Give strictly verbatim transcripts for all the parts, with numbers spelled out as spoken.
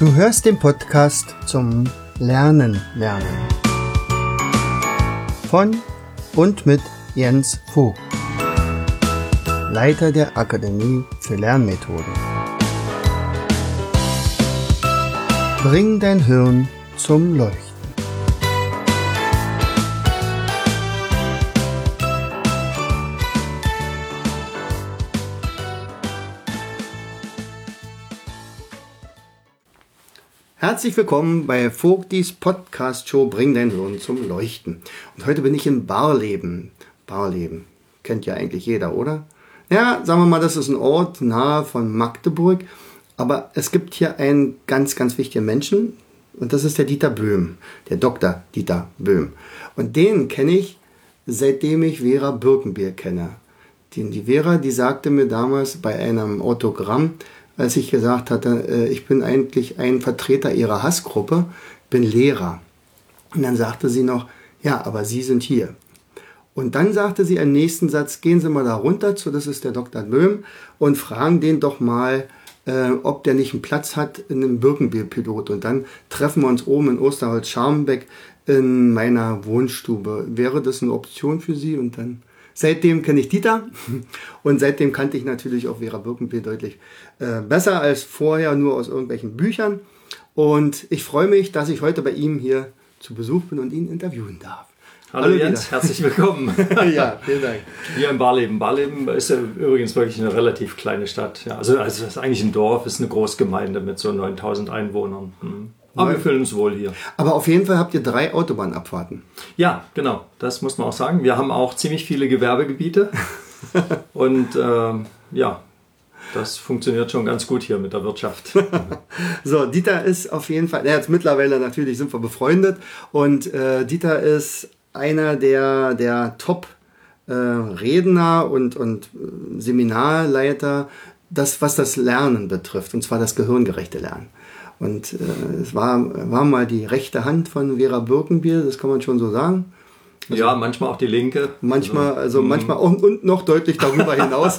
Du hörst den Podcast zum Lernen lernen von und mit Jens Vogt, Leiter der Akademie für Lernmethoden. Bring dein Hirn zum Leuchten. Herzlich willkommen bei Vogtis Podcast-Show Bring dein Hirn zum Leuchten. Und heute bin ich in Barleben. Barleben kennt ja eigentlich jeder, oder? Ja, sagen wir mal, das ist ein Ort nahe von Magdeburg. Aber es gibt hier einen ganz, ganz wichtigen Menschen. Und das ist der Dieter Böhm, der Doktor Dieter Böhm. Und den kenne ich, seitdem ich Vera Birkenbiel kenne. Die, die Vera, die sagte mir damals bei einem Autogramm, als ich gesagt hatte, ich bin eigentlich ein Vertreter ihrer Hassgruppe, bin Lehrer. Und dann sagte sie noch, ja, aber Sie sind hier. Und dann sagte sie im nächsten Satz, gehen Sie mal da runter zu, das ist der Doktor Böhm, und fragen den doch mal, äh, ob der nicht einen Platz hat in einem Birkenbiel-Pilot. Und dann treffen wir uns oben in Osterholz-Scharmbeck in meiner Wohnstube. Wäre das eine Option für Sie? Und dann... Seitdem kenne ich Dieter und seitdem kannte ich natürlich auch Vera Birkenbiel deutlich äh, besser als vorher nur aus irgendwelchen Büchern. Und ich freue mich, dass ich heute bei ihm hier zu Besuch bin und ihn interviewen darf. Hallo, Hallo Jens, wieder. Herzlich willkommen. Ja, vielen Dank. Hier in Barleben. Barleben ist ja übrigens wirklich eine relativ kleine Stadt. Ja, also, also es ist eigentlich ein Dorf, ist eine Großgemeinde mit so neuntausend Einwohnern. Hm. Aber wir fühlen uns wohl hier. Aber auf jeden Fall habt ihr drei Autobahnabfahrten. Ja, genau. Das muss man auch sagen. Wir haben auch ziemlich viele Gewerbegebiete. Und äh, ja, das funktioniert schon ganz gut hier mit der Wirtschaft. So, Dieter ist auf jeden Fall, ja, jetzt mittlerweile natürlich sind wir befreundet. Und äh, Dieter ist einer der, der Top-Redner äh, und, und Seminarleiter, das, was das Lernen betrifft. Und zwar das gehirngerechte Lernen. Und äh, es war, war mal die rechte Hand von Vera Birkenbiel, das kann man schon so sagen. Also, ja, manchmal auch die linke. Manchmal, also mm. manchmal auch, und noch deutlich darüber hinaus.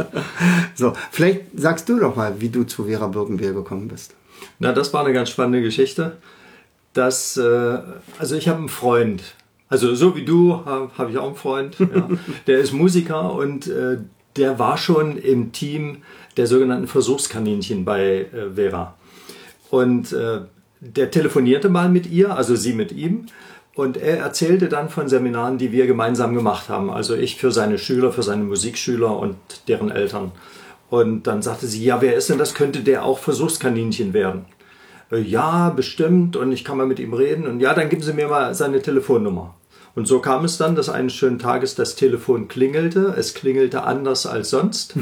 So, vielleicht sagst du doch mal, wie du zu Vera Birkenbiel gekommen bist. Na, das war eine ganz spannende Geschichte. Das, äh, also ich habe einen Freund, also so wie du habe hab ich auch einen Freund, ja. Der ist Musiker und äh, der war schon im Team der sogenannten Versuchskaninchen bei äh, Vera. Und äh, der telefonierte mal mit ihr, also sie mit ihm. Und er erzählte dann von Seminaren, die wir gemeinsam gemacht haben. Also ich für seine Schüler, für seine Musikschüler und deren Eltern. Und dann sagte sie, ja, wer ist denn das? Könnte der auch Versuchskaninchen werden? Äh, ja, bestimmt. Und ich kann mal mit ihm reden. Und ja, dann geben Sie mir mal seine Telefonnummer. Und so kam es dann, dass eines schönen Tages das Telefon klingelte. Es klingelte anders als sonst.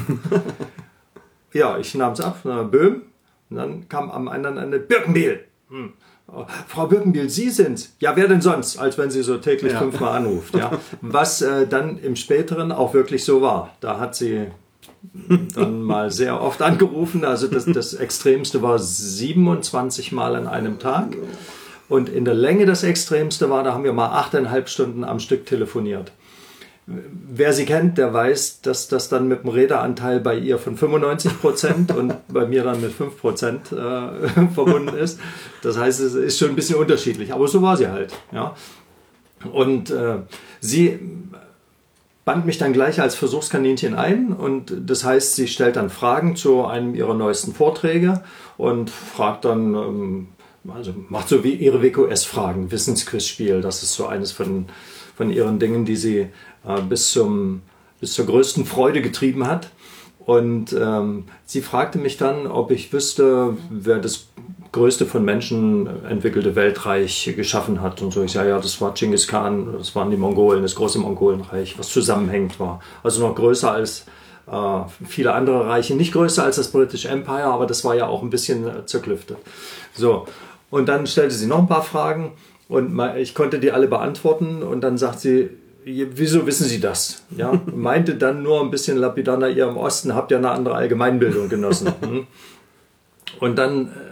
Ja, ich nahm es ab, na, Böhm. Und dann kam am anderen Ende Birkenbiel. Hm. Oh, Frau Birkenbiel, Sie sind's. Ja, wer denn sonst? Als wenn sie so täglich ja. fünfmal anruft. Ja. Was äh, dann im Späteren auch wirklich so war. Da hat sie dann mal sehr oft angerufen. Also das, das Extremste war siebenundzwanzig Mal an einem Tag. Und in der Länge das Extremste war, da haben wir mal achteinhalb Stunden am Stück telefoniert. Wer sie kennt, der weiß, dass das dann mit dem Redeanteil bei ihr von fünfundneunzig Prozent und bei mir dann mit fünf Prozent äh, verbunden ist. Das heißt, es ist schon ein bisschen unterschiedlich, aber so war sie halt. Ja. Und äh, sie band mich dann gleich als Versuchskaninchen ein und das heißt, sie stellt dann Fragen zu einem ihrer neuesten Vorträge und fragt dann, ähm, also macht so wie ihre W Q S-Fragen, Wissensquizspiel, das ist so eines von, von ihren Dingen, die sie äh, bis, zum, bis zur größten Freude getrieben hat. Und ähm, sie fragte mich dann, ob ich wüsste, wer das größte von Menschen entwickelte Weltreich geschaffen hat. Und so, ich sage, ja, das war Genghis Khan, das waren die Mongolen, das große Mongolenreich, was zusammenhängend war. Also noch größer als äh, viele andere Reiche, nicht größer als das British Empire, aber das war ja auch ein bisschen äh, zerklüftet. So, und dann stellte sie noch ein paar Fragen und ich konnte die alle beantworten und dann sagt sie, wieso wissen Sie das? Ja, meinte dann nur ein bisschen lapidar, na, ihr im Osten habt ja eine andere Allgemeinbildung genossen. Und dann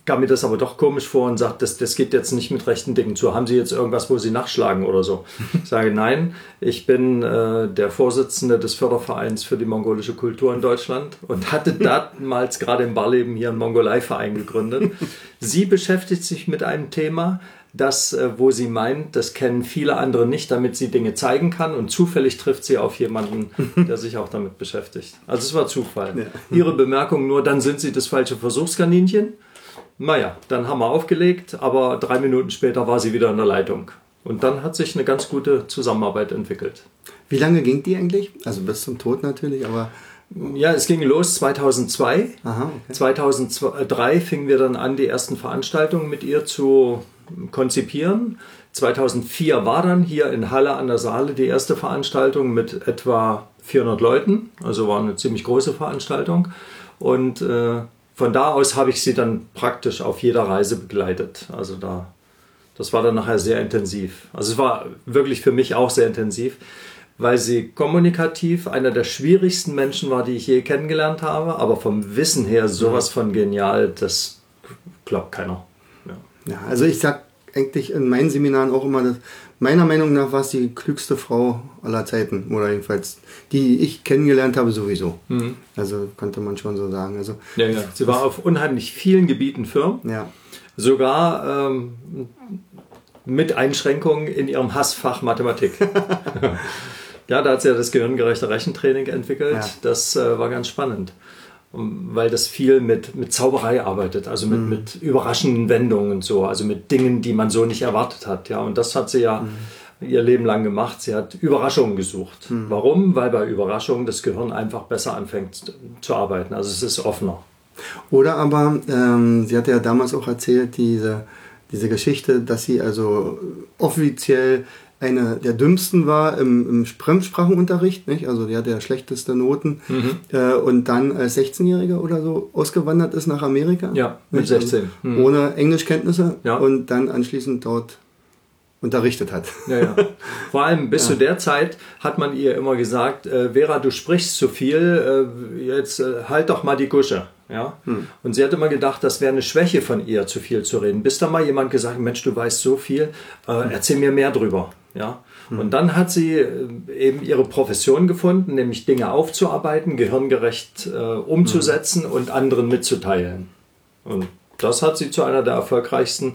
kam mir das aber doch komisch vor und sagte, das, das geht jetzt nicht mit rechten Dingen zu. Haben Sie jetzt irgendwas, wo Sie nachschlagen oder so? Ich sage, nein, ich bin äh, der Vorsitzende des Fördervereins für die mongolische Kultur in Deutschland und hatte damals gerade im Barleben hier einen Mongolei-Verein gegründet. Sie beschäftigt sich mit einem Thema, das, äh, wo sie meint, das kennen viele andere nicht, damit sie Dinge zeigen kann und zufällig trifft sie auf jemanden, der sich auch damit beschäftigt. Also es war Zufall. Ja. Ihre Bemerkung nur, dann sind Sie das falsche Versuchskaninchen. Naja, dann haben wir aufgelegt, aber drei Minuten später war sie wieder in der Leitung. Und dann hat sich eine ganz gute Zusammenarbeit entwickelt. Wie lange ging die eigentlich? Also bis zum Tod natürlich, aber... Ja, es ging los zweitausendzwei. Aha, okay. zweitausenddrei fingen wir dann an, die ersten Veranstaltungen mit ihr zu konzipieren. zweitausendvier war dann hier in Halle an der Saale die erste Veranstaltung mit etwa vierhundert Leuten. Also war eine ziemlich große Veranstaltung. Und äh, von da aus habe ich sie dann praktisch auf jeder Reise begleitet. Also da, das war dann nachher sehr intensiv. Also es war wirklich für mich auch sehr intensiv, weil sie kommunikativ einer der schwierigsten Menschen war, die ich je kennengelernt habe, aber vom Wissen her sowas von genial, das glaubt keiner. Ja, ja, also ich sag eigentlich in meinen Seminaren auch immer, dass meiner Meinung nach war es die klügste Frau aller Zeiten, oder jedenfalls die ich kennengelernt habe sowieso. Mhm. Also konnte man schon so sagen. Also, ja, ja. Sie war auf unheimlich vielen Gebieten firm, ja. sogar ähm, mit Einschränkungen in ihrem Hassfach Mathematik. Ja, da hat sie ja das gehirngerechte Rechentraining entwickelt. Ja. Das äh, war ganz spannend, weil das viel mit, mit Zauberei arbeitet, also mit, mhm. mit überraschenden Wendungen und so, also mit Dingen, die man so nicht erwartet hat. Ja, und das hat sie ja mhm. ihr Leben lang gemacht. Sie hat Überraschungen gesucht. Mhm. Warum? Weil bei Überraschungen das Gehirn einfach besser anfängt zu arbeiten. Also es ist offener. Oder aber, ähm, sie hatte ja damals auch erzählt, diese, diese Geschichte, dass sie also offiziell eine der dümmsten war im, im Fremdsprachenunterricht, nicht? Also die hatte ja schlechteste Noten mhm. äh, und dann als sechzehnjähriger oder so ausgewandert ist nach Amerika. Ja, mit sechzehn. Also mhm. ohne Englischkenntnisse ja. und dann anschließend dort unterrichtet hat. Ja, ja. Vor allem bis ja. zu der Zeit hat man ihr immer gesagt, äh, Vera, du sprichst zu viel, äh, jetzt äh, halt doch mal die Gusche. Ja? Hm. Und sie hat immer gedacht, das wäre eine Schwäche von ihr, zu viel zu reden. Bis dann mal jemand gesagt hat, Mensch, du weißt so viel, äh, hm. erzähl mir mehr drüber. Ja? Hm. Und dann hat sie äh, eben ihre Profession gefunden, nämlich Dinge aufzuarbeiten, gehirngerecht äh, umzusetzen hm. und anderen mitzuteilen. Und das hat sie zu einer der erfolgreichsten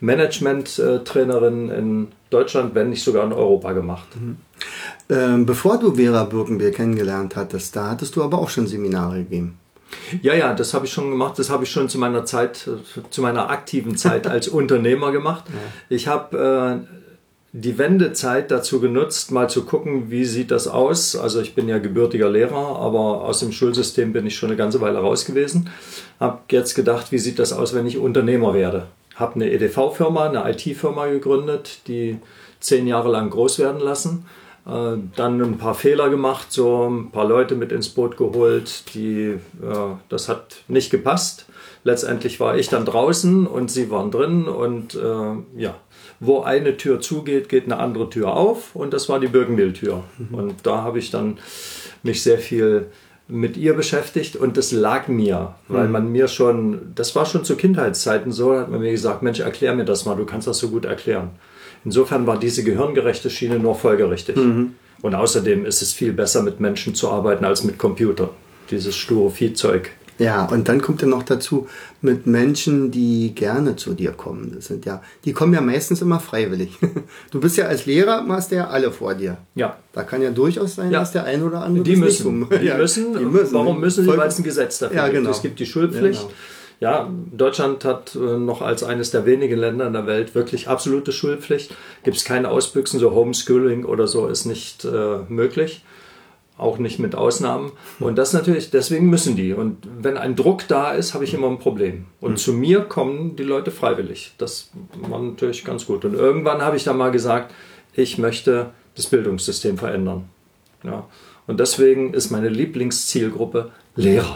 Management-Trainerinnen in Deutschland, wenn nicht sogar in Europa gemacht. Mhm. Ähm, bevor du Vera Birkenbier kennengelernt hattest, da hattest du aber auch schon Seminare gegeben. Ja, ja, das habe ich schon gemacht. Das habe ich schon zu meiner Zeit, zu meiner aktiven Zeit als Unternehmer gemacht. Ja. Ich habe äh, die Wendezeit dazu genutzt, mal zu gucken, wie sieht das aus. Also ich bin ja gebürtiger Lehrer, aber aus dem Schulsystem bin ich schon eine ganze Weile raus gewesen. Habe jetzt gedacht, wie sieht das aus, wenn ich Unternehmer werde. Habe eine E D V-Firma, eine I T-Firma gegründet, die zehn Jahre lang groß werden lassen. Äh, dann ein paar Fehler gemacht, so ein paar Leute mit ins Boot geholt, die, äh, das hat nicht gepasst. Letztendlich war ich dann draußen und sie waren drin und äh, ja, wo eine Tür zugeht, geht eine andere Tür auf und das war die Birkenbiel-Tür. Mhm. Und da habe ich dann mich sehr viel mit ihr beschäftigt und das lag mir, weil mhm. man mir schon, das war schon zu Kindheitszeiten so, hat man mir gesagt, Mensch, erklär mir das mal, du kannst das so gut erklären. Insofern war diese gehirngerechte Schiene nur folgerichtig. Mhm. Und außerdem ist es viel besser, mit Menschen zu arbeiten als mit Computer. Dieses sture Viehzeug. Ja, und dann kommt ja noch dazu, mit Menschen, die gerne zu dir kommen. Das sind ja, die kommen ja meistens immer freiwillig. Du bist ja als Lehrer, hast ja alle vor dir. Ja. Da kann ja durchaus sein, ja. dass der ein oder andere die müssen. Nicht um. Die, ja, müssen. die müssen. Warum müssen sie? Weil es ein Gesetz dafür ja, gibt. Genau. Es gibt die Schulpflicht. Ja, genau. Ja, Deutschland hat noch als eines der wenigen Länder in der Welt wirklich absolute Schulpflicht. Gibt es kein Ausbüchsen, so Homeschooling oder so ist nicht äh, möglich. Auch nicht mit Ausnahmen. Und das natürlich, deswegen müssen die. Und wenn ein Druck da ist, habe ich immer ein Problem. Und mhm. zu mir kommen die Leute freiwillig. Das war natürlich ganz gut. Und irgendwann habe ich dann mal gesagt, ich möchte das Bildungssystem verändern. Ja. Und deswegen ist meine Lieblingszielgruppe Lehrer.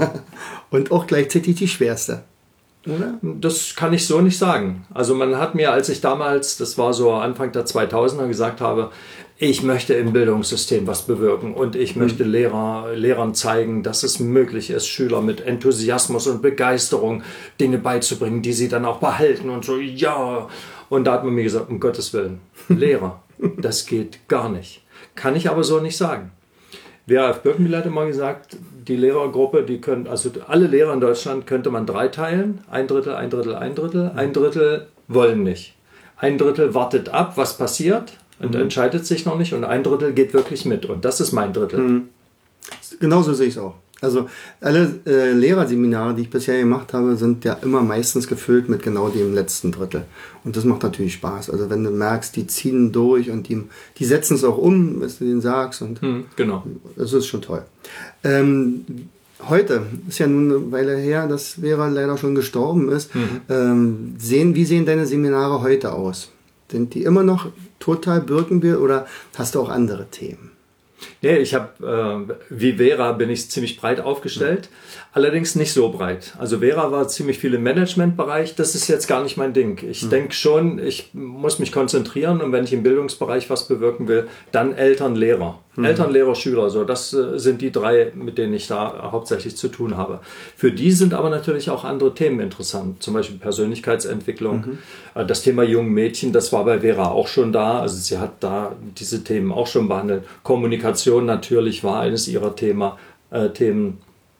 Und auch gleichzeitig die schwerste, oder? Das kann ich so nicht sagen. Also man hat mir, als ich damals, das war so Anfang der zweitausender, gesagt habe, ich möchte im Bildungssystem was bewirken und ich möchte Lehrer, Lehrern zeigen, dass es möglich ist, Schüler mit Enthusiasmus und Begeisterung Dinge beizubringen, die sie dann auch behalten und so, ja. Und da hat man mir gesagt, um Gottes Willen, Lehrer, das geht gar nicht. Kann ich aber so nicht sagen. Vera F. Birkenbiel hat immer gesagt, die Lehrergruppe, die können, also alle Lehrer in Deutschland könnte man dreiteilen, ein Drittel, ein Drittel, ein Drittel, ein Drittel wollen nicht. Ein Drittel wartet ab, was passiert und mhm. entscheidet sich noch nicht und ein Drittel geht wirklich mit und das ist mein Drittel. Mhm. Genauso sehe ich es auch. Also alle äh, Lehrerseminare, die ich bisher gemacht habe, sind ja immer meistens gefüllt mit genau dem letzten Drittel. Und das macht natürlich Spaß. Also wenn du merkst, die ziehen durch und die, die setzen es auch um, was du denen sagst. Und hm, genau. Das ist schon toll. Ähm, heute, ist ja nun eine Weile her, dass Vera leider schon gestorben ist. Mhm. Ähm, sehen, wie sehen deine Seminare heute aus? Sind die immer noch total Birkenbiel oder hast du auch andere Themen? Nee, ich habe, äh, wie Vera bin ich ziemlich breit aufgestellt, mhm. allerdings nicht so breit. Also Vera war ziemlich viel im Managementbereich, das ist jetzt gar nicht mein Ding. Ich mhm. denke schon, ich muss mich konzentrieren und wenn ich im Bildungsbereich was bewirken will, dann Eltern, Lehrer. Mhm. Eltern, Lehrer, Schüler, so das äh, sind die drei, mit denen ich da hauptsächlich zu tun habe. Für die sind aber natürlich auch andere Themen interessant, zum Beispiel Persönlichkeitsentwicklung. Mhm. Äh, das Thema jungen Mädchen, das war bei Vera auch schon da, also sie hat da diese Themen auch schon behandelt. Kommunikation natürlich war eines ihrer Thema, äh, Themen.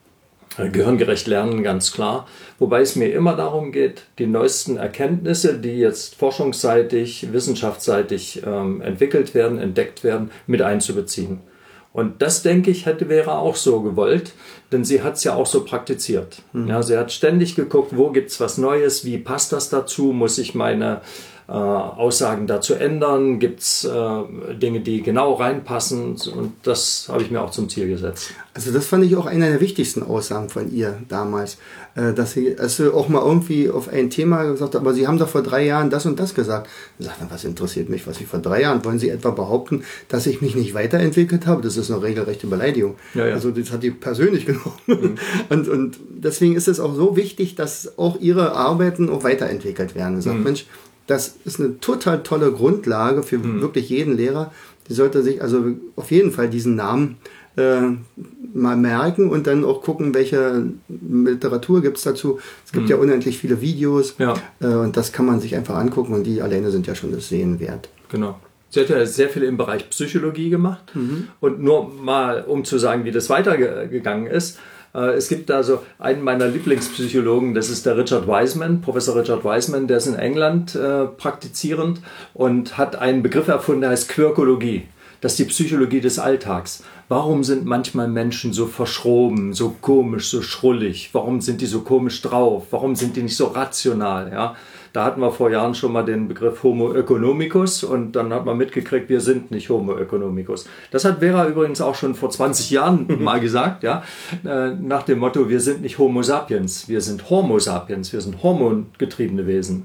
Äh, gehirngerecht lernen, ganz klar. Wobei es mir immer darum geht, die neuesten Erkenntnisse, die jetzt forschungsseitig, wissenschaftsseitig ähm, entwickelt werden, entdeckt werden, mit einzubeziehen. Und das, denke ich, hätte Vera auch so gewollt, denn sie hat es ja auch so praktiziert. Mhm. Ja, sie hat ständig geguckt, wo gibt es was Neues, wie passt das dazu, muss ich meine äh, Aussagen dazu ändern, gibt es äh, Dinge, die genau reinpassen und das habe ich mir auch zum Ziel gesetzt. Also das fand ich auch eine der wichtigsten Aussagen von ihr damals, äh, dass sie also auch mal irgendwie auf ein Thema gesagt hat, aber Sie haben doch vor drei Jahren das und das gesagt. Ich sagte, was interessiert mich, was ich vor drei Jahren, wollen Sie etwa behaupten, dass ich mich nicht weiterentwickelt habe? Das ist eine regelrechte Beleidigung. Ja, ja. Also das hat die persönlich genommen. Mhm. Und, und deswegen ist es auch so wichtig, dass auch ihre Arbeiten auch weiterentwickelt werden. Ich sage, mhm. Mensch, das ist eine total tolle Grundlage für mhm. wirklich jeden Lehrer. Die sollte sich also auf jeden Fall diesen Namen äh, mal merken und dann auch gucken, welche Literatur gibt es dazu. Es gibt mhm. ja unendlich viele Videos ja. äh, und das kann man sich einfach angucken und die alleine sind ja schon das Sehen wert. Genau. Sie hat ja sehr viel im Bereich Psychologie gemacht mhm. und nur mal, um zu sagen, wie das weitergegangen ist. Es gibt also einen meiner Lieblingspsychologen, das ist der Richard Wiseman, Professor Richard Wiseman, der ist in England äh, praktizierend und hat einen Begriff erfunden, der heißt Quirkologie. Das ist die Psychologie des Alltags. Warum sind manchmal Menschen so verschroben, so komisch, so schrullig? Warum sind die so komisch drauf? Warum sind die nicht so rational? Ja? Da hatten wir vor Jahren schon mal den Begriff Homo economicus und dann hat man mitgekriegt, wir sind nicht Homo economicus. Das hat Vera übrigens auch schon vor zwanzig Jahren mal gesagt, ja, nach dem Motto, wir sind nicht Homo sapiens, wir sind Homo sapiens, wir sind hormongetriebene Wesen.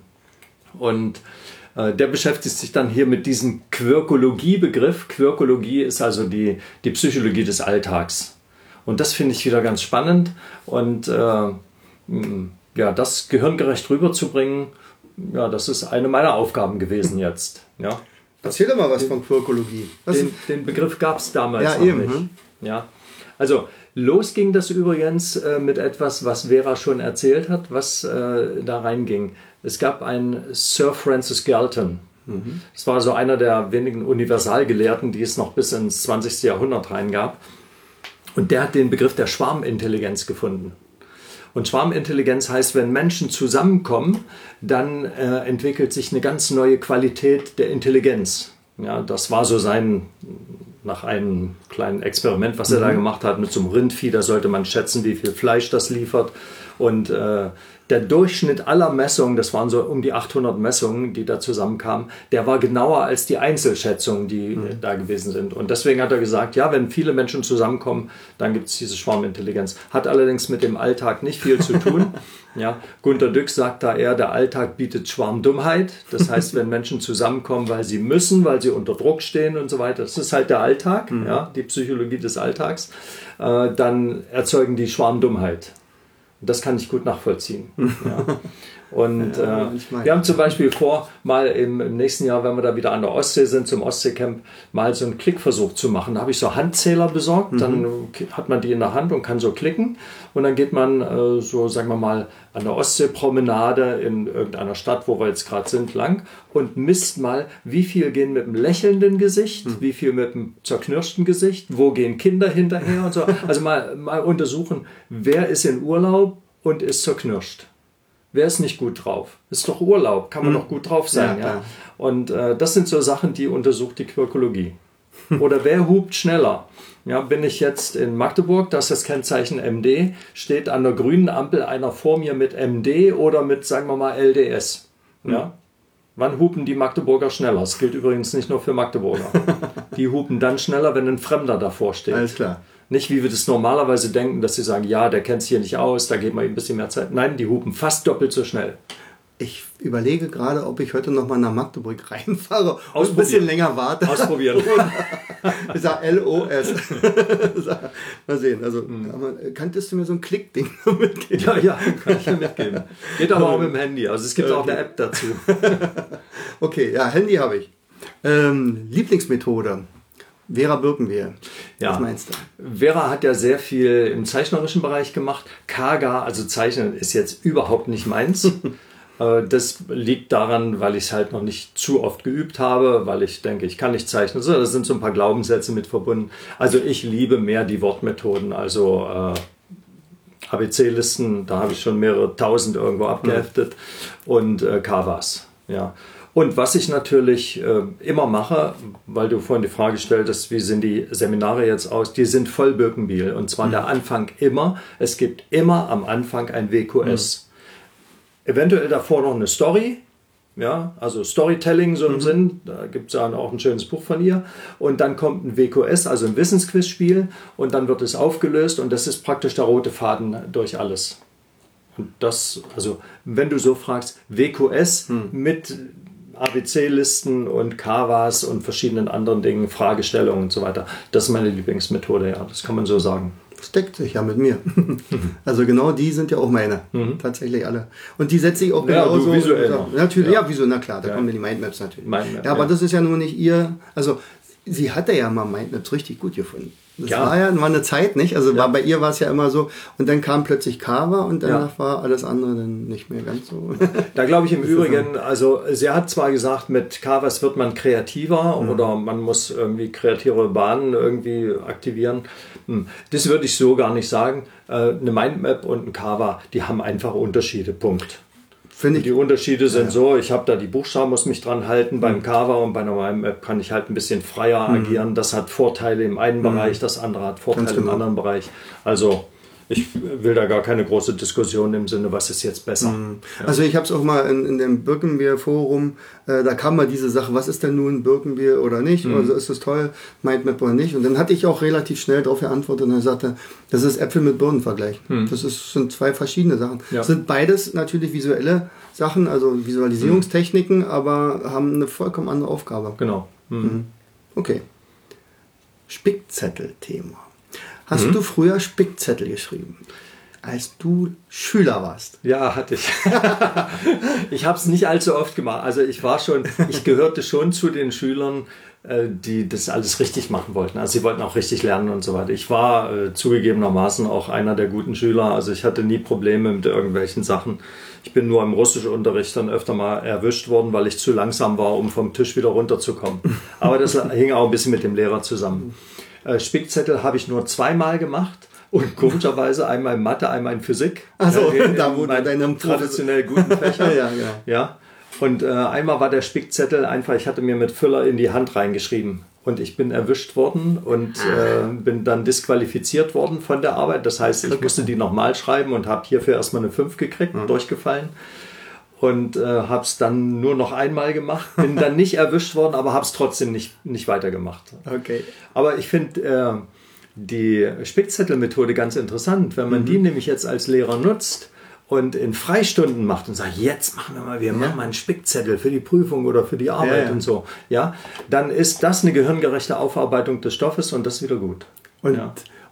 Und äh, der beschäftigt sich dann hier mit diesem Quirkologie-Begriff. Quirkologie ist also die, die Psychologie des Alltags. Und das finde ich wieder ganz spannend und äh, ja, das gehirngerecht rüberzubringen, ja, das ist eine meiner Aufgaben gewesen jetzt. Ja. Erzähl doch mal was den, von Quirkologie. Den, den Begriff gab es damals ja, noch eben, nicht. Hm? Ja. Also los ging das übrigens äh, mit etwas, was Vera schon erzählt hat, was äh, da reinging. Es gab einen Sir Francis Galton. Mhm. Das war so einer der wenigen Universalgelehrten, die es noch bis ins zwanzigste Jahrhundert reingab. Und der hat den Begriff der Schwarmintelligenz gefunden. Und Schwarmintelligenz heißt, wenn Menschen zusammenkommen, dann äh, entwickelt sich eine ganz neue Qualität der Intelligenz. Ja, das war so sein, nach einem kleinen Experiment, was er mhm. da gemacht hat mit so einem Rindvieh, da sollte man schätzen, wie viel Fleisch das liefert. Und äh, der Durchschnitt aller Messungen, das waren so um die achthundert Messungen, die da zusammenkamen, der war genauer als die Einzelschätzungen, die mhm. da gewesen sind. Und deswegen hat er gesagt, ja, wenn viele Menschen zusammenkommen, dann gibt es diese Schwarmintelligenz. Hat allerdings mit dem Alltag nicht viel zu tun. Ja, Gunter Dück sagt da eher, der Alltag bietet Schwarmdummheit. Das heißt, wenn Menschen zusammenkommen, weil sie müssen, weil sie unter Druck stehen und so weiter, das ist halt der Alltag, mhm. ja, die Psychologie des Alltags, äh, dann erzeugen die Schwarmdummheit. Das kann ich gut nachvollziehen. Ja. Und ja, äh, wir haben zum Beispiel vor, mal im, im nächsten Jahr, wenn wir da wieder an der Ostsee sind, zum Ostseecamp, mal so einen Klickversuch zu machen. Da habe ich so Handzähler besorgt, mhm. dann hat man die in der Hand und kann so klicken. Und dann geht man äh, so, sagen wir mal, an der Ostseepromenade in irgendeiner Stadt, wo wir jetzt gerade sind, lang und misst mal, wie viel gehen mit einem lächelnden Gesicht, mhm. wie viel mit einem zerknirschten Gesicht, wo gehen Kinder hinterher und so. Also mal, mal untersuchen, wer ist in Urlaub und ist zerknirscht. Wer ist nicht gut drauf? Ist doch Urlaub, kann man hm. doch gut drauf sein. Ja, ja. Und äh, das sind so Sachen, die untersucht die Quirkologie. Oder wer hupt schneller? Ja, bin ich jetzt in Magdeburg, da ist das Kennzeichen M D, steht an der grünen Ampel einer vor mir mit M D oder mit, sagen wir mal, L D S. Ja? Hm. Wann hupen die Magdeburger schneller? Das gilt übrigens nicht nur für Magdeburger. Die hupen dann schneller, wenn ein Fremder davor steht. Alles klar. Nicht, wie wir das normalerweise denken, dass sie sagen, ja, der kennt sich hier nicht aus, da geben wir ihm ein bisschen mehr Zeit. Nein, die hupen fast doppelt so schnell. Ich überlege gerade, ob ich heute noch mal nach Magdeburg reinfahre und ein bisschen länger warte. Ausprobieren. Ich sage L O S. Mal sehen. Also, mhm. kanntest du mir so ein Klickding mitgeben? Ja, ja, kann ich dir mitgeben. Geht aber auch mit dem Handy. Also es gibt okay. auch eine App dazu. Okay, ja, Handy habe ich. Ähm, Lieblingsmethode. Vera Birkenbier. Ja. Was meinst du? Vera hat ja sehr viel im zeichnerischen Bereich gemacht. Kaga, also Zeichnen, ist jetzt überhaupt nicht meins. Das liegt daran, weil ich es halt noch nicht zu oft geübt habe, weil ich denke, ich kann nicht zeichnen. So, da sind so ein paar Glaubenssätze mit verbunden. Also ich liebe mehr die Wortmethoden, also äh, A B C-Listen, da habe ich schon mehrere tausend irgendwo abgeheftet mhm. und äh, Kawas. Ja. Und was ich natürlich äh, immer mache, weil du vorhin die Frage stelltest, wie sind die Seminare jetzt aus, die sind voll Birkenbiel. Und zwar mhm. der Anfang immer, es gibt immer am Anfang ein W Q S. Mhm. Eventuell davor noch eine Story, ja, also Storytelling so im mhm. Sinn, da gibt es ja auch ein schönes Buch von ihr. Und dann kommt ein W Q S, also ein Wissensquizspiel, und dann wird es aufgelöst und das ist praktisch der rote Faden durch alles. Und das, also wenn du so fragst, W Q S mhm. mit A B C-Listen und Kawas und verschiedenen anderen Dingen, Fragestellungen und so weiter. Das ist meine Lieblingsmethode, ja, das kann man so sagen. Das deckt sich ja mit mir. Also genau die sind ja auch meine. Mhm. Tatsächlich alle. Und die setze ich auch ja, genauso. Visuell so, natürlich, ja. ja, wieso, na klar, da ja. kommen ja die Mindmaps natürlich. Mindmap, ja, aber ja. das ist ja nur nicht ihr, also sie hatte ja mal Mindmaps richtig gut gefunden. Das ja. war ja war eine Zeit, nicht? Also ja. war, bei ihr war es ja immer so. Und dann kam plötzlich Kava und danach ja. war alles andere dann nicht mehr ganz so. Da glaube ich im Übrigen, also sie hat zwar gesagt, mit Kavas wird man kreativer mhm. oder man muss irgendwie kreative Bahnen irgendwie aktivieren. Das würde ich so gar nicht sagen. Eine Mindmap und ein Kava, die haben einfach Unterschiede, Punkt. Finde ich. Die Unterschiede sind ja. so, ich habe da die Buchstaben, muss mich dran halten. Mhm. Beim Kava und bei einer Mindmap kann ich halt ein bisschen freier mhm. agieren. Das hat Vorteile im einen mhm. Bereich, das andere hat Vorteile genau. im anderen Bereich. Also ich will da gar keine große Diskussion im Sinne, was ist jetzt besser. Mhm. Ja. Also ich habe es auch mal in, in dem Birkenbier-Forum, äh, da kam mal diese Sache, was ist denn nun Birkenbier oder nicht? Mhm. Also ist es toll, Mindmap oder nicht? Und dann hatte ich auch relativ schnell darauf geantwortet und er sagte, das ist Äpfel mit Birnen vergleichen. Mhm. Das ist, sind zwei verschiedene Sachen. Ja. Das sind beides natürlich visuelle Sachen, also Visualisierungstechniken, mhm. aber haben eine vollkommen andere Aufgabe. Genau. Mhm. Mhm. Okay. Spickzettel-Thema. Hast mhm. du früher Spickzettel geschrieben, als du Schüler warst? Ja, hatte ich. Ich habe es nicht allzu oft gemacht. Also ich war schon, ich gehörte schon zu den Schülern, die das alles richtig machen wollten. Also sie wollten auch richtig lernen und so weiter. Ich war äh, zugegebenermaßen auch einer der guten Schüler. Also ich hatte nie Probleme mit irgendwelchen Sachen. Ich bin nur im Russischunterricht dann öfter mal erwischt worden, weil ich zu langsam war, um vom Tisch wieder runterzukommen. Aber das hing auch ein bisschen mit dem Lehrer zusammen. Äh, Spickzettel habe ich nur zweimal gemacht. Und komischerweise einmal in Mathe, einmal in Physik. Also äh, da wurde deinem traditionell guten Fächer. ja, ja. ja. Und äh, einmal war der Spickzettel einfach, ich hatte mir mit Füller in die Hand reingeschrieben. Und ich bin erwischt worden und äh, bin dann disqualifiziert worden von der Arbeit. Das heißt, ich musste die nochmal schreiben und habe hierfür erstmal eine fünf gekriegt, mhm. durchgefallen. Und äh, habe es dann nur noch einmal gemacht. Bin dann nicht erwischt worden, aber habe es trotzdem nicht, nicht weitergemacht. Okay. Aber ich finde äh, die Spickzettelmethode ganz interessant. Wenn man mhm. die nämlich jetzt als Lehrer nutzt, und in Freistunden macht und sagt, jetzt machen wir mal, wir ja. machen mal einen Spickzettel für die Prüfung oder für die Arbeit ja, ja. und so, ja, dann ist das eine gehirngerechte Aufarbeitung des Stoffes und das ist wieder gut. Und, ja.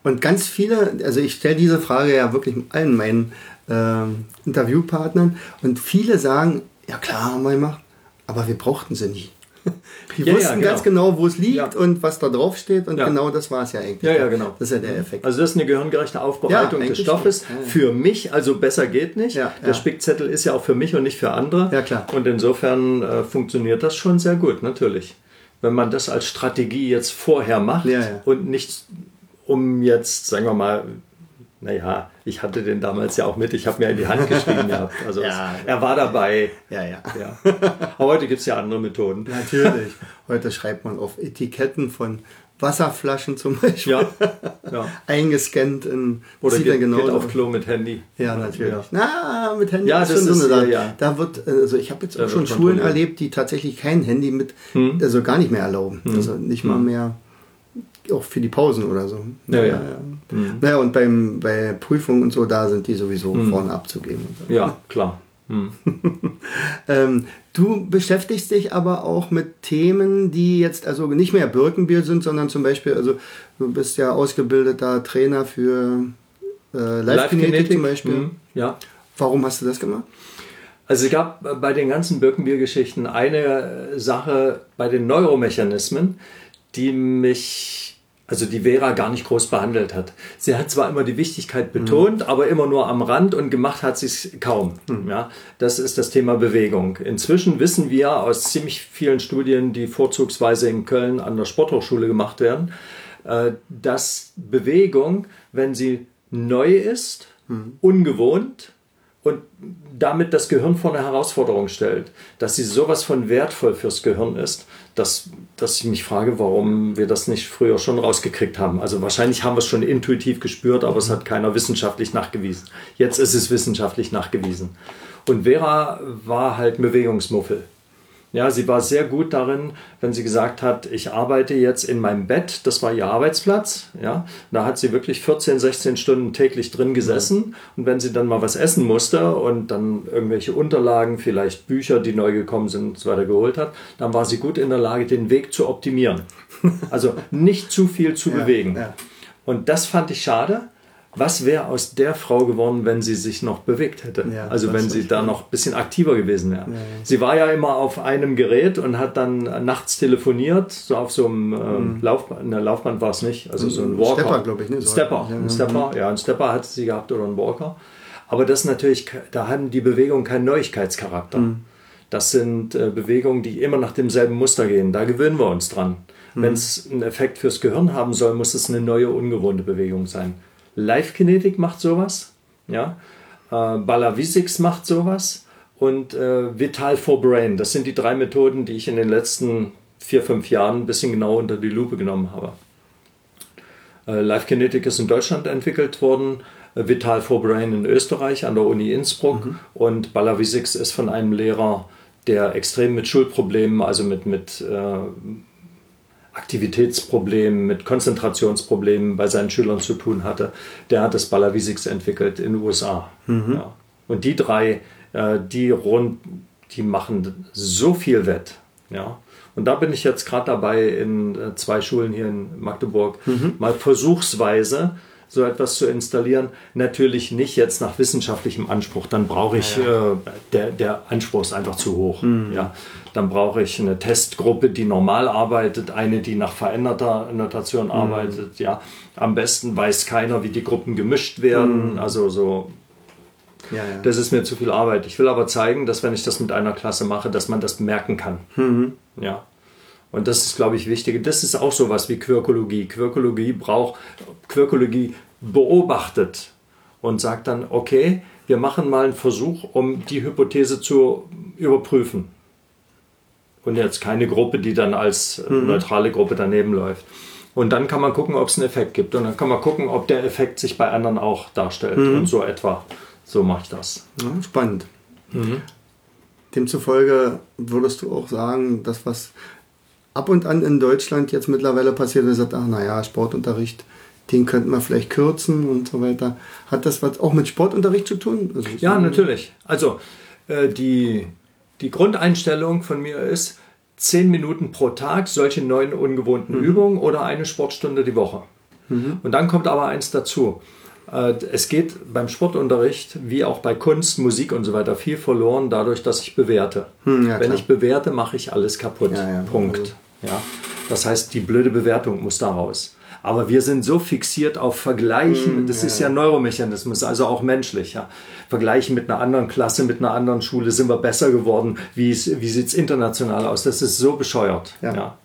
Und ganz viele, also ich stelle diese Frage ja wirklich allen meinen äh, Interviewpartnern und viele sagen, ja klar haben wir gemacht, aber wir brauchten sie nie. Die ja, wussten ja, genau. ganz genau, wo es liegt ja. und was da drauf steht und ja. genau das war es ja eigentlich. Ja, ja, genau. Das ist ja der Effekt. Also das ist eine gehirngerechte Aufbereitung ja, des Stoffes. Ja, ja. Für mich, also besser geht nicht. Ja, der ja. Spickzettel ist ja auch für mich und nicht für andere. Ja, klar. Und insofern äh, funktioniert das schon sehr gut, natürlich. Wenn man das als Strategie jetzt vorher macht ja, ja. und nicht um jetzt, sagen wir mal, naja, ich hatte den damals ja auch mit, ich habe mir in die Hand geschrieben gehabt. Also ja, er war dabei. Ja, ja. ja. Aber heute gibt es ja andere Methoden. Natürlich. Heute schreibt man auf Etiketten von Wasserflaschen zum Beispiel. Ja. ja. Eingescannt in. Oder geht, genau geht auf Klo mit Handy. Ja, natürlich. Ja. Na, mit Handy ja, ist das schon ist, so eine ja, ja. Da wird, also ich habe jetzt da auch schon Schulen erlebt, die tatsächlich kein Handy mit, hm. also gar nicht mehr erlauben. Hm. Also nicht mal hm. mehr. Auch für die Pausen oder so. Ja, ja. ja. Mhm. Naja, und beim, bei Prüfungen und so, da sind die sowieso mhm. vorne abzugeben. So. Ja, klar. Mhm. ähm, du beschäftigst dich aber auch mit Themen, die jetzt also nicht mehr Birkenbiel sind, sondern zum Beispiel, also du bist ja ausgebildeter Trainer für äh, Live-Kinetik zum Beispiel. Mhm. Ja. Warum hast du das gemacht? Also es gab bei den ganzen Birkenbiel-Geschichten eine Sache bei den Neuromechanismen, die mich, also die Vera gar nicht groß behandelt hat. Sie hat zwar immer die Wichtigkeit betont, mhm. aber immer nur am Rand und gemacht hat sie es kaum. Mhm. Ja, das ist das Thema Bewegung. Inzwischen wissen wir aus ziemlich vielen Studien, die vorzugsweise in Köln an der Sporthochschule gemacht werden, dass Bewegung, wenn sie neu ist, mhm. ungewohnt, und damit das Gehirn vor eine Herausforderung stellt, dass sie sowas von wertvoll fürs Gehirn ist, dass, dass ich mich frage, warum wir das nicht früher schon rausgekriegt haben. Also wahrscheinlich haben wir es schon intuitiv gespürt, aber es hat keiner wissenschaftlich nachgewiesen. Jetzt ist es wissenschaftlich nachgewiesen. Und Vera war halt ein Bewegungsmuffel. Ja, sie war sehr gut darin, wenn sie gesagt hat, ich arbeite jetzt in meinem Bett, das war ihr Arbeitsplatz. Ja, da hat sie wirklich vierzehn, sechzehn Stunden täglich drin gesessen. Und wenn sie dann mal was essen musste und dann irgendwelche Unterlagen, vielleicht Bücher, die neu gekommen sind und so weiter geholt hat, dann war sie gut in der Lage, den Weg zu optimieren. Also nicht zu viel zu ja, bewegen. Ja. Und das fand ich schade. Was wäre aus der Frau geworden, wenn sie sich noch bewegt hätte? Ja, also wenn sie da noch ein bisschen aktiver gewesen wäre. Ja, ja. Sie war ja immer auf einem Gerät und hat dann nachts telefoniert, so auf so einem ähm, Laufband, eine Laufband war es nicht, also so ein Walker. Stepper, glaube ich. Ne? So Stepper, ein Stepper, ja, ein Stepper hatte sie gehabt oder ein Walker. Aber das natürlich, da haben die Bewegungen keinen Neuigkeitscharakter. Mhm. Das sind äh, Bewegungen, die immer nach demselben Muster gehen. Da gewöhnen wir uns dran. Mhm. Wenn es einen Effekt fürs Gehirn haben soll, muss es eine neue, ungewohnte Bewegung sein. Live-Kinetik macht sowas, ja. äh, Balavisix macht sowas und äh, Vital for Brain. Das sind die drei Methoden, die ich in den letzten vier, fünf Jahren ein bisschen genau unter die Lupe genommen habe. Äh, Live-Kinetik ist in Deutschland entwickelt worden, äh, Vital for Brain in Österreich an der Uni Innsbruck mhm. und Balavisix ist von einem Lehrer, der extrem mit Schulproblemen, also mit, mit äh, Aktivitätsproblemen, mit Konzentrationsproblemen bei seinen Schülern zu tun hatte. Der hat das Balavisix entwickelt in den U S A. Mhm. Ja. Und die drei, äh, die, rund, die machen so viel wett. Ja. Und da bin ich jetzt gerade dabei, in äh, zwei Schulen hier in Magdeburg mhm. mal versuchsweise so etwas zu installieren. Natürlich nicht jetzt nach wissenschaftlichem Anspruch. Dann brauche ich, ja, ja. Äh, der, der Anspruch ist einfach zu hoch. Mhm. Ja. Dann brauche ich eine Testgruppe, die normal arbeitet, eine, die nach veränderter Notation mhm. arbeitet. Ja. Am besten weiß keiner, wie die Gruppen gemischt werden. Mhm. Also so, ja, ja. Das ist mir zu viel Arbeit. Ich will aber zeigen, dass wenn ich das mit einer Klasse mache, dass man das merken kann. Mhm. Ja. Und das ist, glaube ich, wichtig. Das ist auch sowas wie Quirkologie. Quirkologie braucht, Quirkologie beobachtet und sagt dann, okay, wir machen mal einen Versuch, um die Hypothese zu überprüfen. Und jetzt keine Gruppe, die dann als mhm. neutrale Gruppe daneben läuft. Und dann kann man gucken, ob es einen Effekt gibt. Und dann kann man gucken, ob der Effekt sich bei anderen auch darstellt. Mhm. Und so etwa. So mache ich das. Ja, spannend. Mhm. Demzufolge würdest du auch sagen, dass was ab und an in Deutschland jetzt mittlerweile passiert, dass sagt, ach naja, Sportunterricht, den könnten wir vielleicht kürzen und so weiter. Hat das was auch mit Sportunterricht zu tun? Also ja, natürlich. Also äh, die, die Grundeinstellung von mir ist, zehn Minuten pro Tag solche neuen ungewohnten mhm. Übungen oder eine Sportstunde die Woche. Mhm. Und dann kommt aber eins dazu. Es geht beim Sportunterricht wie auch bei Kunst, Musik und so weiter viel verloren dadurch, dass ich bewerte. Hm, ja, Wenn ich bewerte, mache ich alles kaputt. Ja, ja. Punkt. Also. Ja. Das heißt, die blöde Bewertung muss da raus. Aber wir sind so fixiert auf Vergleichen, hm, das ja, ist ja Neuromechanismus, also auch menschlich. Ja. Vergleichen mit einer anderen Klasse, mit einer anderen Schule, sind wir besser geworden, wie, wie sieht es international aus? Das ist so bescheuert. Ja. Ja.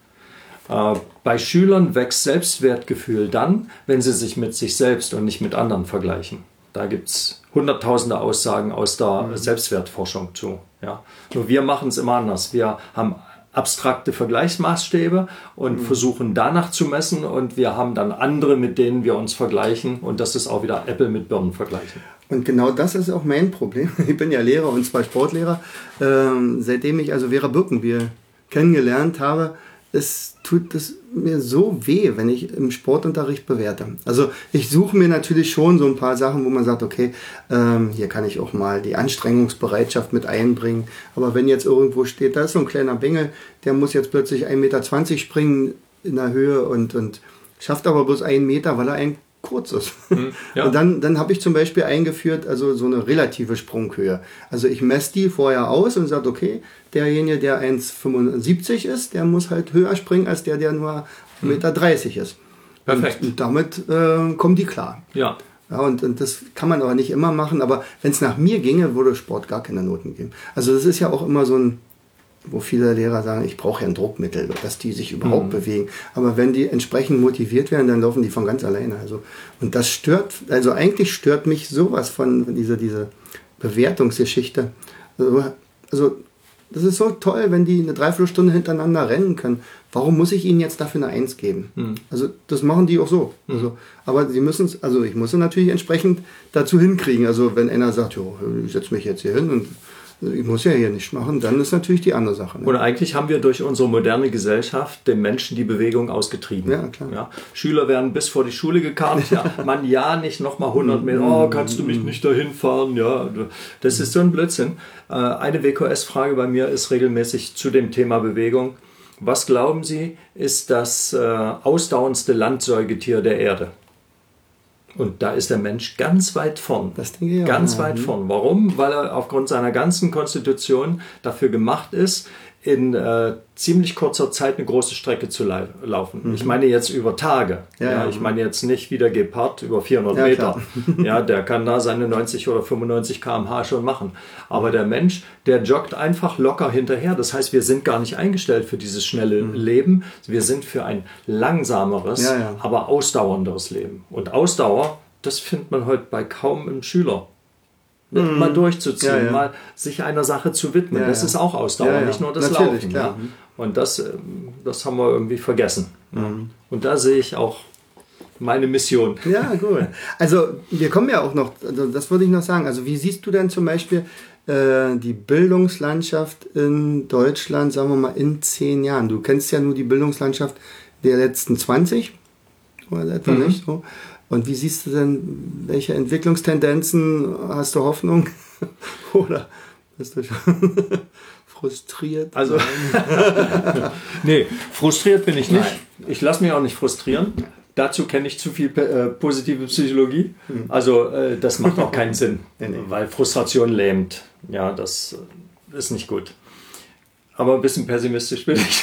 Bei Schülern wächst Selbstwertgefühl dann, wenn sie sich mit sich selbst und nicht mit anderen vergleichen. Da gibt es hunderttausende Aussagen aus der mhm. Selbstwertforschung zu. Ja. Nur wir machen es immer anders. Wir haben abstrakte Vergleichsmaßstäbe und mhm. versuchen danach zu messen und wir haben dann andere, mit denen wir uns vergleichen und das ist auch wieder Äpfel mit Birnen vergleichen. Und genau das ist auch mein Problem. Ich bin ja Lehrer und zwar Sportlehrer. Ähm, seitdem ich also Vera Birkenbier kennengelernt habe, es tut es mir so weh, wenn ich im Sportunterricht bewerte. Also ich suche mir natürlich schon so ein paar Sachen, wo man sagt, okay, ähm, hier kann ich auch mal die Anstrengungsbereitschaft mit einbringen. Aber wenn jetzt irgendwo steht, da ist so ein kleiner Bengel, der muss jetzt plötzlich ein Meter zwanzig springen in der Höhe und, und schafft aber bloß einen Meter, weil er ein kurz ist. Mhm, ja. Und dann, dann habe ich zum Beispiel eingeführt, also so eine relative Sprunghöhe. Also ich messe die vorher aus und sage, okay, derjenige, der eins Komma fünfundsiebzig ist, der muss halt höher springen als der, der nur eins Komma dreißig Meter ist. Perfekt. Und, und damit äh, kommen die klar. Ja. Ja, und, und das kann man aber nicht immer machen, aber wenn es nach mir ginge, würde Sport gar keine Noten geben. Also das ist ja auch immer so ein, wo viele Lehrer sagen, ich brauche ja ein Druckmittel, dass die sich überhaupt mhm. bewegen. Aber wenn die entsprechend motiviert werden, dann laufen die von ganz alleine. Also, und das stört, also eigentlich stört mich sowas von, von dieser, diese Bewertungsgeschichte. Also, also das ist so toll, wenn die eine Dreiviertelstunde hintereinander rennen können. Warum muss ich ihnen jetzt dafür eine Eins geben? Mhm. Also das machen die auch so. Mhm. Also, aber sie müssen es, also ich muss es natürlich entsprechend dazu hinkriegen. Also wenn einer sagt, jo, ich setze mich jetzt hier hin und ich muss ja hier nicht machen, dann ist natürlich die andere Sache. Ne? Und eigentlich haben wir durch unsere moderne Gesellschaft den Menschen die Bewegung ausgetrieben. Ja, klar. Ja, Schüler werden bis vor die Schule gekarrt. Ja, man ja nicht nochmal hundert Meter. Oh, kannst du mich nicht dahin fahren? Ja, das ist so ein Blödsinn. Eine W K S-Frage bei mir ist regelmäßig zu dem Thema Bewegung. Was glauben Sie, ist das ausdauerndste Landsäugetier der Erde? Und da ist der Mensch ganz weit vorn. Das denke ich auch. Ganz weit vorn. Warum? Weil er aufgrund seiner ganzen Konstitution dafür gemacht ist, in äh, ziemlich kurzer Zeit eine große Strecke zu lau- laufen. Mhm. Ich meine jetzt über Tage. Ja, ja, ich meine jetzt nicht wie der Gepard über vierhundert ja, Meter. Ja, der kann da seine neunzig oder fünfundneunzig Kilometer pro Stunde schon machen. Aber der Mensch, der joggt einfach locker hinterher. Das heißt, wir sind gar nicht eingestellt für dieses schnelle mhm. Leben. Wir sind für ein langsameres, ja, ja. aber ausdauernderes Leben. Und Ausdauer, das findet man heute bei kaum einem Schüler. Mhm. Mal durchzuziehen, ja, ja. mal sich einer Sache zu widmen. Ja, das ja. ist auch Ausdauer, ja, ja. nicht nur das Natürlich, Laufen. Klar. Ja. Und das, das haben wir irgendwie vergessen. Mhm. Und da sehe ich auch meine Mission. Ja, cool. Also wir kommen ja auch noch, also das würde ich noch sagen, also wie siehst du denn zum Beispiel äh, die Bildungslandschaft in Deutschland, sagen wir mal, in zehn Jahren? Du kennst ja nur die Bildungslandschaft der letzten zwanzig oder etwa mhm. nicht so. Und wie siehst du denn, welche Entwicklungstendenzen, hast du Hoffnung? Oder bist du schon frustriert? Also, nee, frustriert bin ich nicht. Nein. Ich lasse mich auch nicht frustrieren. Dazu kenne ich zu viel äh, positive Psychologie. Hm. Also äh, das macht auch keinen Sinn, nee, nee. weil Frustration lähmt. Ja, das ist nicht gut. Aber ein bisschen pessimistisch bin ich,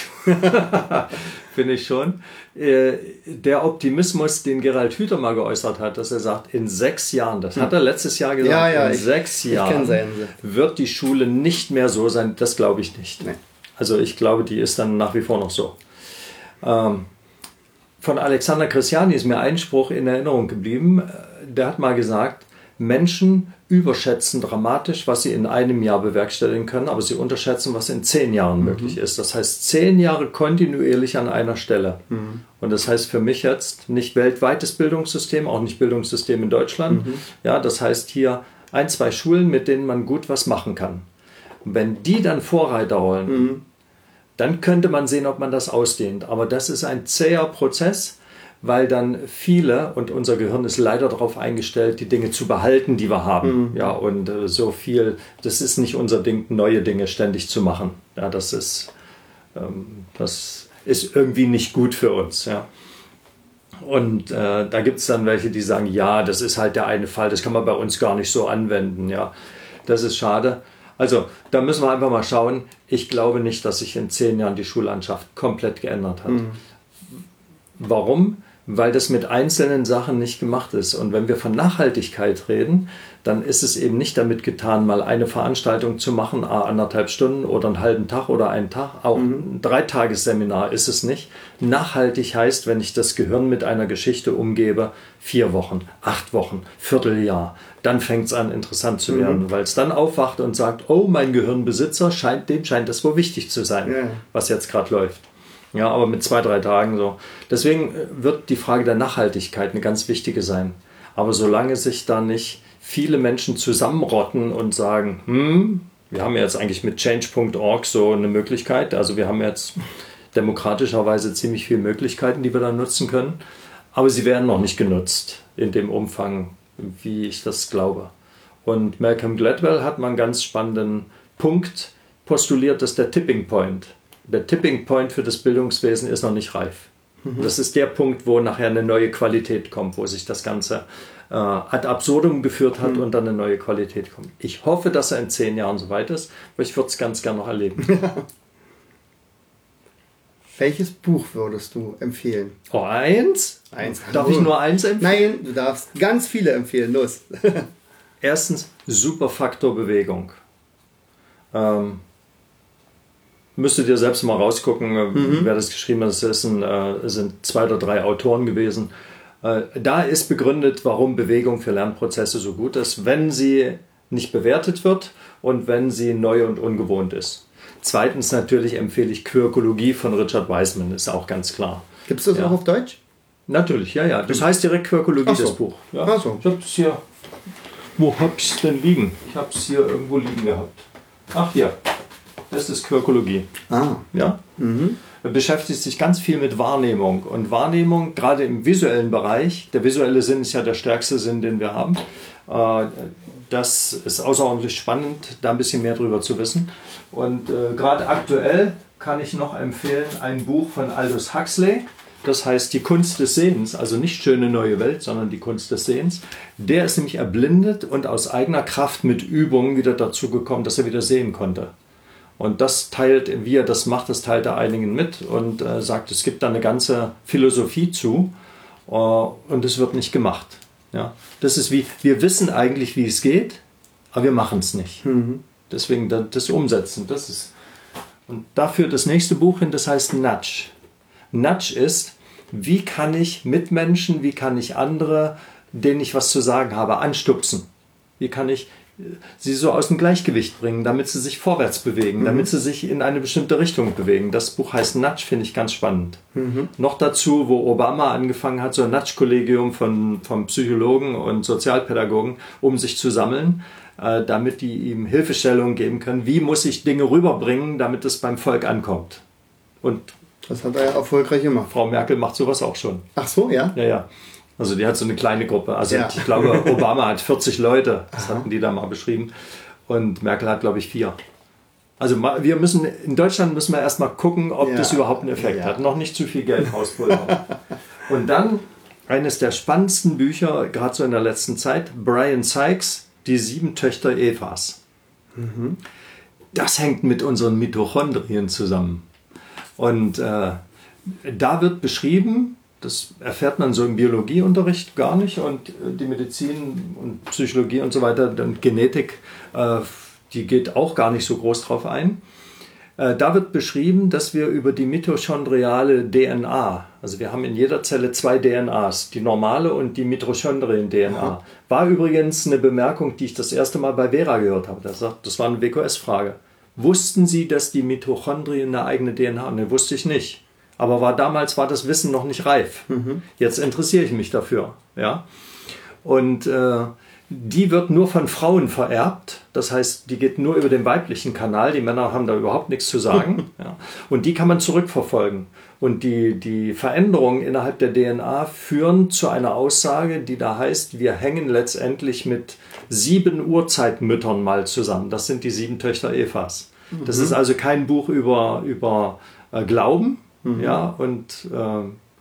bin ich schon. Der Optimismus, den Gerald Hüther mal geäußert hat, dass er sagt, in sechs Jahren, das hat er letztes Jahr gesagt, ja, ja, in ich, sechs ich Jahren wird die Schule nicht mehr so sein, das glaube ich nicht. Nee. Also ich glaube, die ist dann nach wie vor noch so. Ähm, von Alexander Christiani ist mir ein Spruch in Erinnerung geblieben, der hat mal gesagt, Menschen überschätzen dramatisch, was sie in einem Jahr bewerkstelligen können, aber sie unterschätzen, was in zehn Jahren mhm. möglich ist. Das heißt, zehn Jahre kontinuierlich an einer Stelle. Mhm. Und das heißt für mich jetzt nicht weltweites Bildungssystem, auch nicht Bildungssystem in Deutschland. Mhm. Ja, das heißt hier ein, zwei Schulen, mit denen man gut was machen kann. Und wenn die dann Vorreiterrollen, mhm. dann könnte man sehen, ob man das ausdehnt. Aber das ist ein zäher Prozess, weil dann viele, und unser Gehirn ist leider darauf eingestellt, die Dinge zu behalten, die wir haben. Mhm. Ja, und äh, so viel, das ist nicht unser Ding, neue Dinge ständig zu machen. Ja, das ist, ähm, das ist irgendwie nicht gut für uns. Ja. Und äh, da gibt es dann welche, die sagen, ja, das ist halt der eine Fall, das kann man bei uns gar nicht so anwenden. Ja, das ist schade. Also da müssen wir einfach mal schauen. Ich glaube nicht, dass sich in zehn Jahren die Schullandschaft komplett geändert hat. Mhm. Warum? Weil das mit einzelnen Sachen nicht gemacht ist. Und wenn wir von Nachhaltigkeit reden, dann ist es eben nicht damit getan, mal eine Veranstaltung zu machen, anderthalb Stunden oder einen halben Tag oder einen Tag. Auch ein Dreitagesseminar ist es nicht. Nachhaltig heißt, wenn ich das Gehirn mit einer Geschichte umgebe, vier Wochen, acht Wochen, Vierteljahr. Dann fängt es an, interessant zu werden, mhm. weil es dann aufwacht und sagt, oh, mein Gehirnbesitzer, scheint, dem scheint das wohl wichtig zu sein, ja. was jetzt gerade läuft. Ja, aber mit zwei, drei Tagen so. Deswegen wird die Frage der Nachhaltigkeit eine ganz wichtige sein. Aber solange sich da nicht viele Menschen zusammenrotten und sagen, hm, wir haben ja jetzt eigentlich mit change punkt org so eine Möglichkeit, also wir haben jetzt demokratischerweise ziemlich viele Möglichkeiten, die wir da nutzen können, aber sie werden noch nicht genutzt in dem Umfang, wie ich das glaube. Und Malcolm Gladwell hat mal einen ganz spannenden Punkt postuliert, das ist der Tipping Point. Der Tipping Point für das Bildungswesen ist noch nicht reif. Mhm. Das ist der Punkt, wo nachher eine neue Qualität kommt, wo sich das Ganze äh, ad absurdum geführt hat mhm. und dann eine neue Qualität kommt. Ich hoffe, dass er in zehn Jahren so weit ist, aber ich würde es ganz gerne noch erleben. Welches Buch würdest du empfehlen? Oh, eins? Eins. Darf ich nur eins empfehlen? Nein, du darfst ganz viele empfehlen. Los. Erstens, Superfaktor Bewegung. Ähm, Müsstet ihr selbst mal rausgucken, mhm. wer das geschrieben hat. Es sind, äh, sind zwei oder drei Autoren gewesen. Äh, da ist begründet, warum Bewegung für Lernprozesse so gut ist, wenn sie nicht bewertet wird und wenn sie neu und ungewohnt ist. Zweitens natürlich empfehle ich Quirkologie von Richard Wiseman, ist auch ganz klar. Gibt es das ja. auch auf Deutsch? Natürlich, ja, ja. Das heißt direkt Quirkologie, so. das Buch. Ja. Ach so. Ich habe es hier. Wo habe ich es denn liegen? Ich habe es hier irgendwo liegen gehabt. Ach, hier. Das ist Quirkologie. Ah. Ja? Mhm. Er beschäftigt sich ganz viel mit Wahrnehmung. Und Wahrnehmung, gerade im visuellen Bereich, der visuelle Sinn ist ja der stärkste Sinn, den wir haben. Das ist außerordentlich spannend, da ein bisschen mehr drüber zu wissen. Und äh, gerade aktuell kann ich noch empfehlen ein Buch von Aldous Huxley. Das heißt Die Kunst des Sehens, also nicht Schöne neue Welt, sondern Die Kunst des Sehens. Der ist nämlich erblindet und aus eigener Kraft mit Übungen wieder dazu gekommen, dass er wieder sehen konnte. Und das teilt, wie er das macht, das teilt er einigen mit und äh, sagt, es gibt da eine ganze Philosophie zu äh, und es wird nicht gemacht. Ja? Das ist wie, wir wissen eigentlich, wie es geht, aber wir machen es nicht. Mhm. Deswegen das, das Umsetzen, das ist. Und dafür das nächste Buch hin, das heißt Nudge. Nudge ist, wie kann ich Mitmenschen, wie kann ich andere, denen ich was zu sagen habe, anstupsen? Wie kann ich sie so aus dem Gleichgewicht bringen, damit sie sich vorwärts bewegen, mhm. damit sie sich in eine bestimmte Richtung bewegen. Das Buch heißt Nudge, finde ich ganz spannend. Mhm. Noch dazu, wo Obama angefangen hat, so ein Nudge-Kollegium von, von Psychologen und Sozialpädagogen, um sich zu sammeln, äh, damit die ihm Hilfestellungen geben können. Wie muss ich Dinge rüberbringen, damit es beim Volk ankommt? Und das hat er ja erfolgreich gemacht. Frau Merkel macht sowas auch schon. Ach so, ja? Ja, ja. Also die hat so eine kleine Gruppe. Also ja. ich glaube, Obama hat vierzig Leute. Das Aha. hatten die da mal beschrieben. Und Merkel hat, glaube ich, vier. Also wir müssen, in Deutschland müssen wir erstmal gucken, ob ja. das überhaupt einen Effekt ja. hat. Noch nicht zu viel Geld rauspulvern. Und dann eines der spannendsten Bücher, gerade so in der letzten Zeit, Brian Sykes, Die sieben Töchter Evas. Mhm. Das hängt mit unseren Mitochondrien zusammen. Und äh, da wird beschrieben, das erfährt man so im Biologieunterricht gar nicht und die Medizin und Psychologie und so weiter, und Genetik, äh, die geht auch gar nicht so groß drauf ein. Äh, da wird beschrieben, dass wir über die mitochondriale D N A, also wir haben in jeder Zelle zwei D N As, die normale und die Mitochondrien-D N A. Aha. War übrigens eine Bemerkung, die ich das erste Mal bei Vera gehört habe. Das, sagt, das war eine W Q S-Frage. Wussten Sie, dass die Mitochondrien eine eigene D N A haben? Ne, wusste ich nicht. Aber war, damals war das Wissen noch nicht reif. Mhm. Jetzt interessiere ich mich dafür. Ja? Und äh, die wird nur von Frauen vererbt. Das heißt, die geht nur über den weiblichen Kanal. Die Männer haben da überhaupt nichts zu sagen. Ja? Und die kann man zurückverfolgen. Und die, die Veränderungen innerhalb der D N A führen zu einer Aussage, die da heißt, wir hängen letztendlich mit sieben Urzeitmüttern mal zusammen. Das sind die sieben Töchter Evas. Mhm. Das ist also kein Buch über, über äh, Glauben. Mhm. Ja, und äh,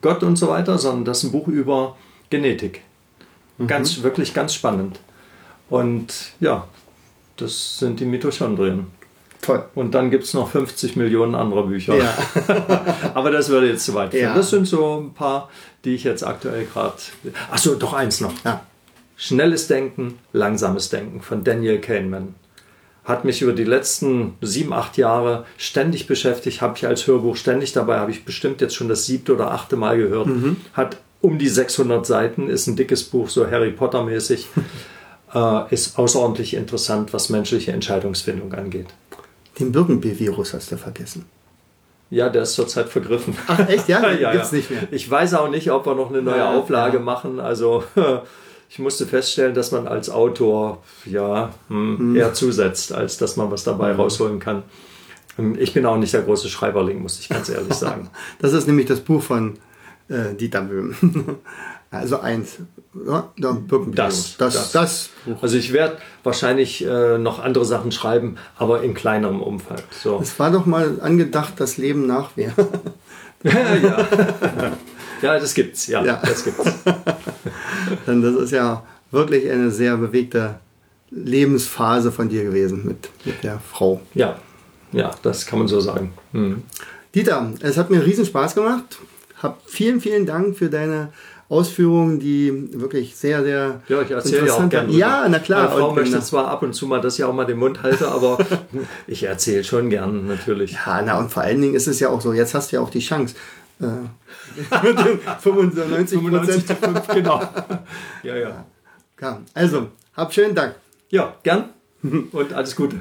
Gott und so weiter, sondern das ist ein Buch über Genetik. Mhm. Ganz, wirklich ganz spannend. Und ja, das sind die Mitochondrien. Toll. Und dann gibt es noch fünfzig Millionen andere Bücher. Ja. Aber das würde jetzt zu weit führen. Ja. Das sind so ein paar, die ich jetzt aktuell gerade... Achso, doch eins noch. Ja. Schnelles Denken, langsames Denken von Daniel Kahneman. Hat mich über die letzten sieben, acht Jahre ständig beschäftigt, habe ich als Hörbuch ständig dabei, habe ich bestimmt jetzt schon das siebte oder achte Mal gehört. Mhm. Hat um die sechshundert Seiten, ist ein dickes Buch, so Harry Potter mäßig. äh, ist außerordentlich interessant, was menschliche Entscheidungsfindung angeht. Den Birkenbier-Virus hast du vergessen. Ja, der ist zurzeit vergriffen. Ach echt, ja? ja, Gibt's ja. nicht mehr. Ich weiß auch nicht, ob wir noch eine neue ja, Auflage ja. machen. Also ich musste feststellen, dass man als Autor ja hm, hm. eher zusetzt, als dass man was dabei hm. rausholen kann. Ich bin auch nicht der große Schreiberling, muss ich ganz ehrlich sagen. Das ist nämlich das Buch von äh, Dieter Böhm. Also eins. Ja, das, das, das. das. Also ich werde wahrscheinlich äh, noch andere Sachen schreiben, aber in kleinerem Umfang. So. Es war doch mal angedacht, das Leben nach wer. ja. ja, das gibt's. Ja, ja. das gibt's. Denn das ist ja wirklich eine sehr bewegte Lebensphase von dir gewesen mit, mit der Frau. Ja, ja, das kann man so sagen. Mhm. Dieter, es hat mir riesen Spaß gemacht. Hab vielen, vielen Dank für deine Ausführungen, die wirklich sehr, sehr ja, ich erzähle ja auch gerne. Ja, na klar. Meine Frau und, möchte zwar ab und zu mal, dass ich auch mal den Mund halte, aber ich erzähle schon gern natürlich. Ja, na und vor allen Dingen ist es ja auch so, jetzt hast du ja auch die Chance. Äh, mit den fünfundneunzig Prozent. Genau. Ja, ja. ja. Also, hab schönen Dank. Ja, gern und alles Gute.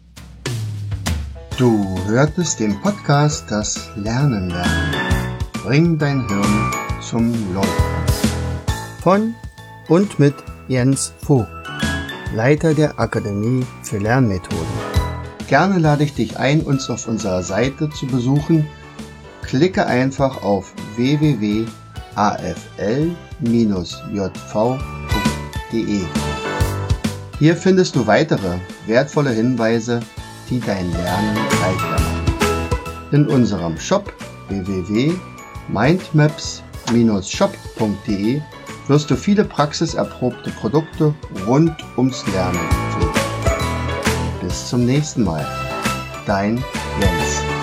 Du hörtest den Podcast Das Lernen lernen. Bring dein Hirn zum Leuchten. Von und mit Jens Vogt, Leiter der Akademie für Lernmethoden. Gerne lade ich dich ein, uns auf unserer Seite zu besuchen. Klicke einfach auf w w w punkt a f l bindestrich j v punkt d e. Hier findest du weitere wertvolle Hinweise, die dein Lernen leichter machen. In unserem Shop w w w punkt mindmaps bindestrich shop punkt d e wirst du viele praxiserprobte Produkte rund ums Lernen finden. Bis zum nächsten Mal. Dein Jens.